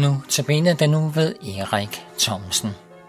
Nu tabiner den nu ved Erik Thomsen.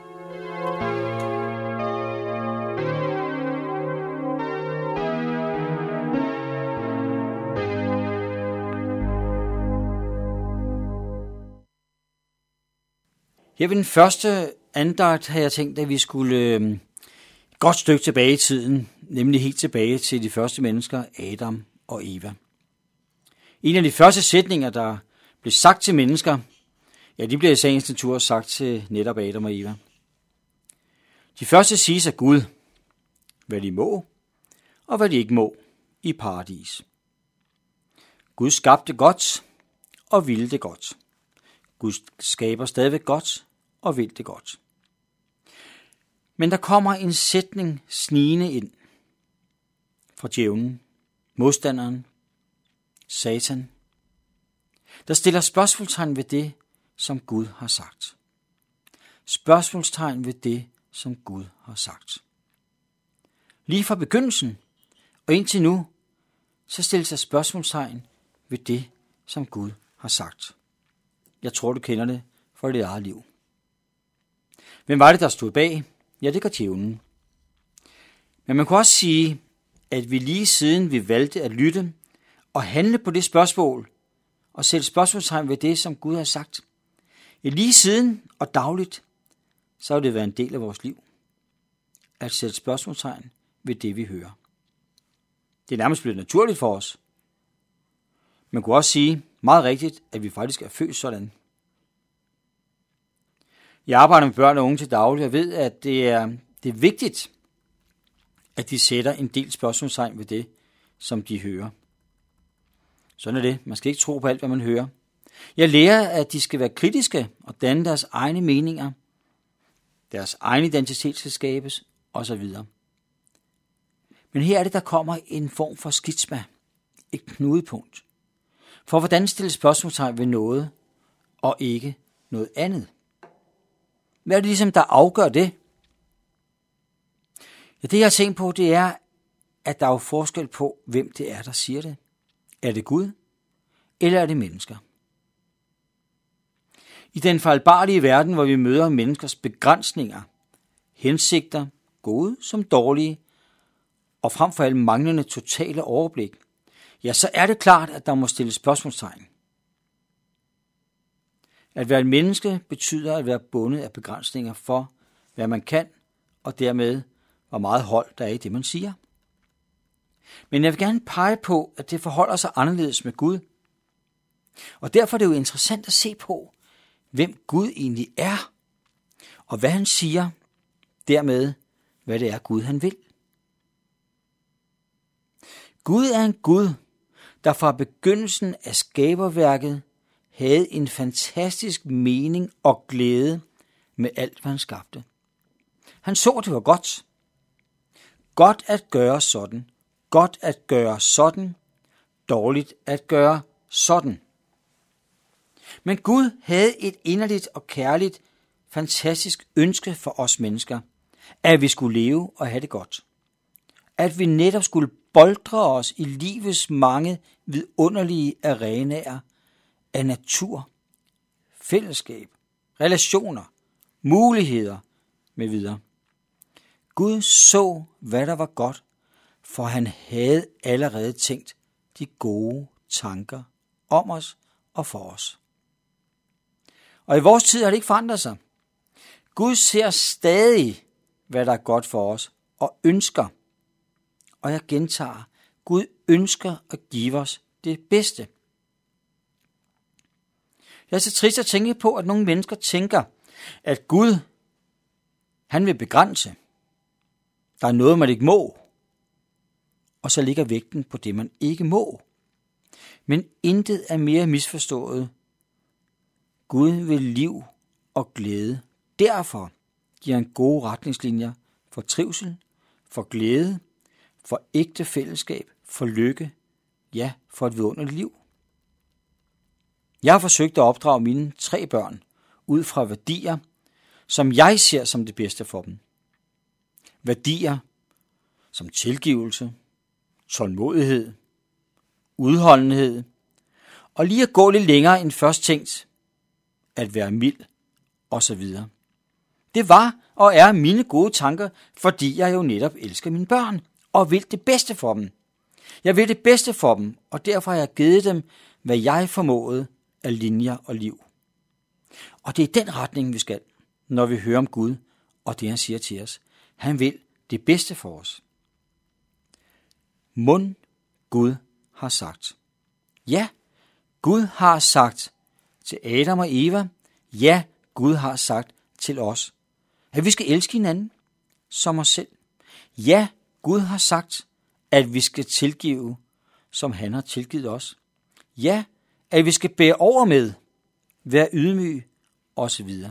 Her ved den første andagt har jeg tænkt, at vi skulle et godt stykke tilbage i tiden, nemlig helt tilbage til de første mennesker, Adam og Eva. En af de første sætninger, der blev sagt til mennesker, ja, de blev i sagens natur sagt til netop Adam og Eva. De første siges af Gud, hvad de må og hvad de ikke må i paradis. Gud skabte godt og ville det godt. Gud skaber stadigvæk godt og vil det godt. Men der kommer en sætning snigende ind fra djævlen, modstanderen, Satan, der stiller spørgsmålstegn ved det, som Gud har sagt. Spørgsmålstegn ved det, som Gud har sagt. Lige fra begyndelsen og indtil nu, så stilles der spørgsmålstegn ved det, som Gud har sagt. Jeg tror, du kender det fra dit eget liv. Hvem var det, der stod bag? Ja, det gør djævlen. Men man kan også sige, at vi lige siden vi valgte at lytte og handle på det spørgsmål, og sætte spørgsmålstegn ved det, som Gud har sagt, ja, lige siden og dagligt, så har det været en del af vores liv, at sætte spørgsmålstegn ved det, vi hører. Det er nærmest blevet naturligt for os. Man kunne også sige meget rigtigt, at vi faktisk er født sådan. Jeg arbejder med børn og unge til daglig, og ved, at det er vigtigt, at de sætter en del spørgsmålstegn ved det, som de hører. Sådan er det. Man skal ikke tro på alt, hvad man hører. Jeg lærer, at de skal være kritiske og danne deres egne meninger. Deres egen identitet skal skabes, osv. Men her er det, der kommer en form for skitsma, et knudepunkt. For hvordan stille spørgsmålstegn ved noget, og ikke noget andet? Hvad er det ligesom, der afgør det? Ja, det jeg har tænkt på, det er, at der er jo forskel på, hvem det er, der siger det. Er det Gud, eller er det mennesker? I den fejlbarlige verden, hvor vi møder menneskers begrænsninger, hensigter, gode som dårlige, og frem for alt manglende totale overblik, ja, så er det klart, at der må stilles spørgsmålstegn. At være et menneske betyder at være bundet af begrænsninger for, hvad man kan, og dermed hvor meget hold der er i det, man siger. Men jeg vil gerne pege på, at det forholder sig anderledes med Gud. Og derfor er det jo interessant at se på, hvem Gud egentlig er, og hvad han siger, dermed hvad det er Gud han vil. Gud er en Gud, der fra begyndelsen af skaberværket havde en fantastisk mening og glæde med alt, hvad han skabte. Han så, det var godt. Godt at gøre sådan. Godt at gøre sådan. Dårligt at gøre sådan. Men Gud havde et inderligt og kærligt, fantastisk ønske for os mennesker, at vi skulle leve og have det godt. At vi netop skulle boldre os i livets mange vidunderlige arenaer af natur, fællesskab, relationer, muligheder med videre. Gud så, hvad der var godt, for han havde allerede tænkt de gode tanker om os og for os. Og i vores tid har det ikke forandret sig. Gud ser stadig, hvad der er godt for os, og ønsker, og jeg gentager, Gud ønsker at give os det bedste. Jeg er så trist at tænke på, at nogle mennesker tænker, at Gud, han vil begrænse. Der er noget, man ikke må, og så ligger vægten på det, man ikke må. Men intet er mere misforstået. Gud vil liv og glæde. Derfor giver han gode retningslinjer for trivsel, for glæde, for ægte fællesskab, for lykke, ja, for et vidunderligt liv. Jeg har forsøgt at opdrage mine 3 børn ud fra værdier, som jeg ser som det bedste for dem. Værdier som tilgivelse, tålmodighed, udholdenhed, og lige at gå lidt længere end først tænkt, at være mild osv. Det var og er mine gode tanker, fordi jeg jo netop elsker mine børn og vil det bedste for dem. Jeg vil det bedste for dem, og derfor har jeg givet dem, hvad jeg formåede af linjer og liv. Og det er den retning, vi skal, når vi hører om Gud og det, han siger til os. Han vil det bedste for os. Mon Gud har sagt. Ja, Gud har sagt til Adam og Eva. Ja, Gud har sagt til os, at vi skal elske hinanden som os selv. Ja, Gud har sagt, at vi skal tilgive, som han har tilgivet os. Ja, at vi skal bære over med, være ydmyg osv.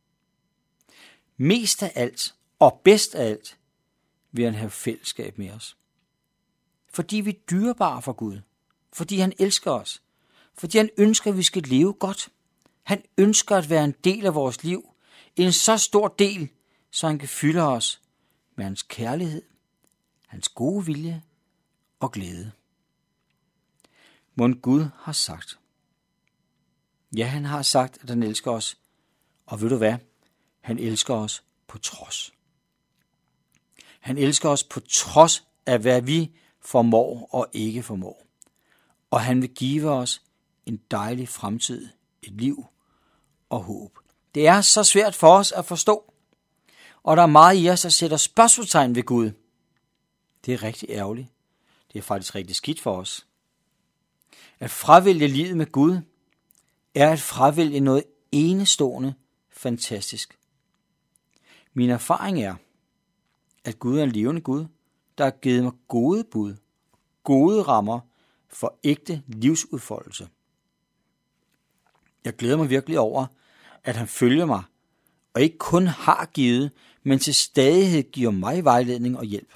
Mest af alt og bedst af alt vil han have fællesskab med os. Fordi vi er dyrebare for Gud. Fordi han elsker os. Fordi han ønsker, at vi skal leve godt. Han ønsker at være en del af vores liv. En så stor del, så han kan fylde os med hans kærlighed, hans gode vilje og glæde. Mon Gud har sagt. Ja, han har sagt, at han elsker os. Og ved du hvad? Han elsker os på trods. Han elsker os på trods af, hvad vi formår og ikke formår. Og han vil give os en dejlig fremtid, et liv og håb. Det er så svært for os at forstå. Og der er meget i os, der sætter spørgsmålstegn ved Gud. Det er rigtig ærgerligt. Det er faktisk rigtig skidt for os. At fravælge livet med Gud, er at fravælge noget enestående fantastisk. Min erfaring er, at Gud er en levende Gud, der har givet mig gode bud, gode rammer for ægte livsudfoldelse. Jeg glæder mig virkelig over, at han følger mig, og ikke kun har givet, men til stadighed giver mig vejledning og hjælp.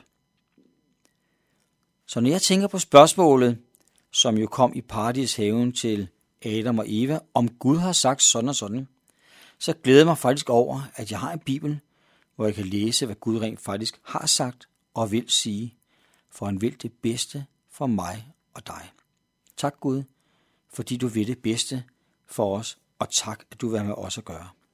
Så når jeg tænker på spørgsmålet, som jo kom i paradishaven til Adam og Eva, om Gud har sagt sådan og sådan, så glæder jeg mig faktisk over, at jeg har en bibel, hvor jeg kan læse, hvad Gud rent faktisk har sagt og vil sige, for han vil det bedste for mig og dig. Tak Gud, fordi du vil det bedste for os, og tak, at du vil være med os at gøre.